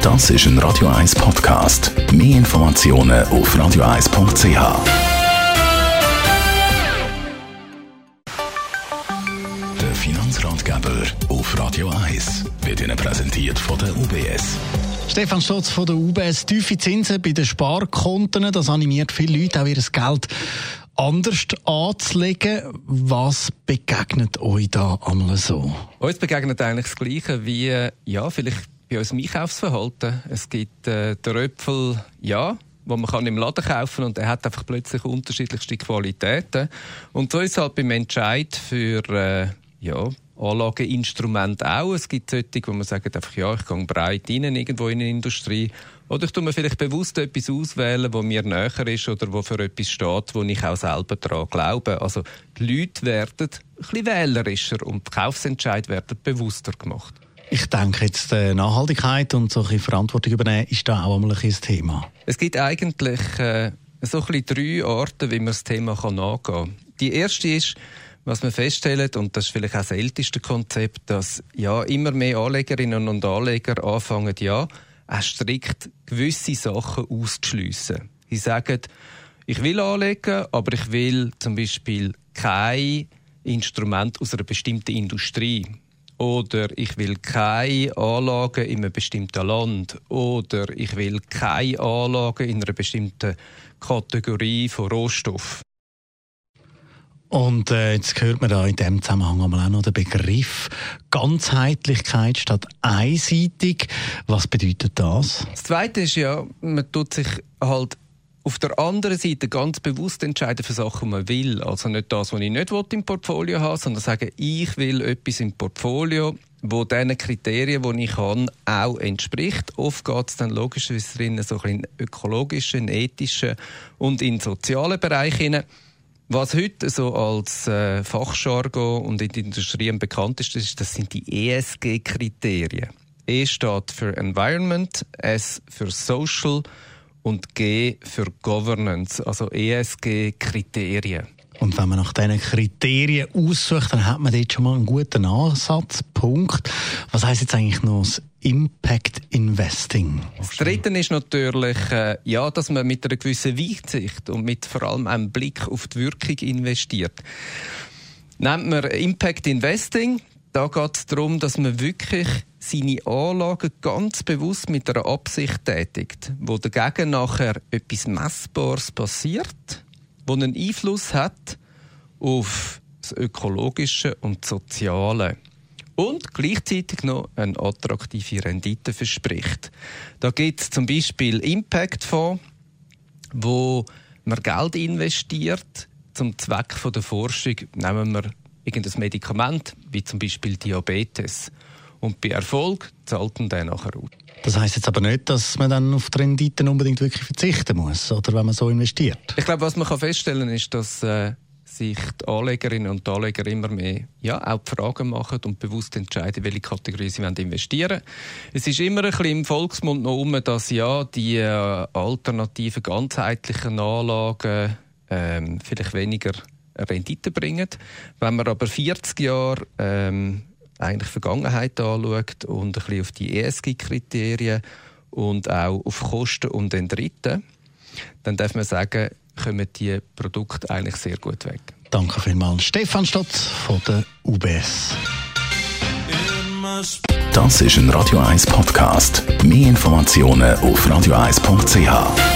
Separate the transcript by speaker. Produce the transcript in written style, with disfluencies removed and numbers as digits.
Speaker 1: Das ist ein Radio 1 Podcast. Mehr Informationen auf radio1.ch. Der Finanzratgeber auf Radio 1 wird Ihnen präsentiert von der UBS.
Speaker 2: Stefan Stotz von der UBS. Tiefe Zinsen bei den Sparkonten, das animiert viele Leute, auch ihr Geld anders anzulegen. Was begegnet euch da einmal so?
Speaker 3: Uns begegnet eigentlich das Gleiche wie, vielleicht bei unserem Einkaufsverhalten. Es gibt den Röpfel, wo man kann im Laden kaufen und der hat einfach plötzlich unterschiedlichste Qualitäten. Und so ist es halt beim Entscheid für Anlageinstrumente auch. Es gibt solche, wo man sagt, einfach, ich gehe breit rein irgendwo in eine Industrie. Oder ich tue mir vielleicht bewusst etwas auswählen, das mir näher ist oder wo für etwas steht, wo ich auch selber daran glaube. Also die Leute werden ein bisschen wählerischer und die Kaufsentscheide werden bewusster gemacht.
Speaker 2: Ich denke jetzt, Nachhaltigkeit und solche Verantwortung übernehmen ist da auch einmal ein Thema.
Speaker 3: Es gibt eigentlich so ein bisschen 3 Arten, wie man das Thema angehen kann. Die erste ist, was wir feststellen, und das ist vielleicht auch das älteste Konzept, dass immer mehr Anlegerinnen und Anleger anfangen, auch strikt gewisse Sachen auszuschliessen. Sie sagen, ich will anlegen, aber ich will zum Beispiel kein Instrument aus einer bestimmten Industrie. Oder ich will keine Anlagen in einem bestimmten Land. Oder ich will keine Anlagen in einer bestimmten Kategorie von Rohstoffen.
Speaker 2: Und jetzt hört man da in diesem Zusammenhang auch noch den Begriff Ganzheitlichkeit statt einseitig. Was bedeutet das?
Speaker 3: Das Zweite ist man tut sich halt auf der anderen Seite ganz bewusst entscheiden für Sachen, die man will. Also nicht das, was ich nicht im Portfolio haben will, sondern sagen, ich will etwas im Portfolio, wo diesen Kriterien, die ich habe, auch entspricht. Oft geht es dann logischerweise drin, so ein bisschen in ökologischen, ethischen und in sozialen Bereich hinein. Was heute so als Fachjargon und in der Industrie bekannt ist, das sind die ESG-Kriterien. E steht für Environment, S für Social und G für Governance, also ESG-Kriterien.
Speaker 2: Und wenn man nach diesen Kriterien aussucht, dann hat man dort schon mal einen guten Ansatzpunkt. Was heisst jetzt eigentlich noch das Impact Investing?
Speaker 3: Das Dritte ist natürlich, dass man mit einer gewissen Weitsicht und mit vor allem einem Blick auf die Wirkung investiert. Nennt man Impact Investing, da geht es darum, dass man wirklich seine Anlagen ganz bewusst mit einer Absicht tätigt, wo dagegen nachher etwas Messbares passiert, wo einen Einfluss hat auf das Ökologische und das Soziale und gleichzeitig noch eine attraktive Rendite verspricht. Da gibt es zum Beispiel Impact-Fonds, wo man Geld investiert zum Zweck der Forschung. Nehmen wir irgendein Medikament, wie zum Beispiel Diabetes. Und bei Erfolg zahlt man den nachher aus.
Speaker 2: Das heisst jetzt aber nicht, dass man dann auf die Renditen unbedingt wirklich verzichten muss, oder wenn man so investiert? Ich
Speaker 3: glaube, was man feststellen kann, ist, dass sich die Anlegerinnen und die Anleger immer mehr auch die Fragen machen und bewusst entscheiden, welche Kategorie sie investieren wollen. Es ist immer ein bisschen im Volksmund noch dass die alternativen, ganzheitlichen Anlagen vielleicht weniger Rendite bringen. Wenn man aber 40 Jahre eigentlich Vergangenheit anschaut und ein bisschen auf die ESG-Kriterien und auch auf Kosten und den Dritten, dann darf man sagen, kommen die Produkte eigentlich sehr gut weg.
Speaker 2: Danke vielmals. Stefan Stotz von der UBS.
Speaker 1: Das ist ein Radio 1 Podcast. Mehr Informationen auf radio1.ch.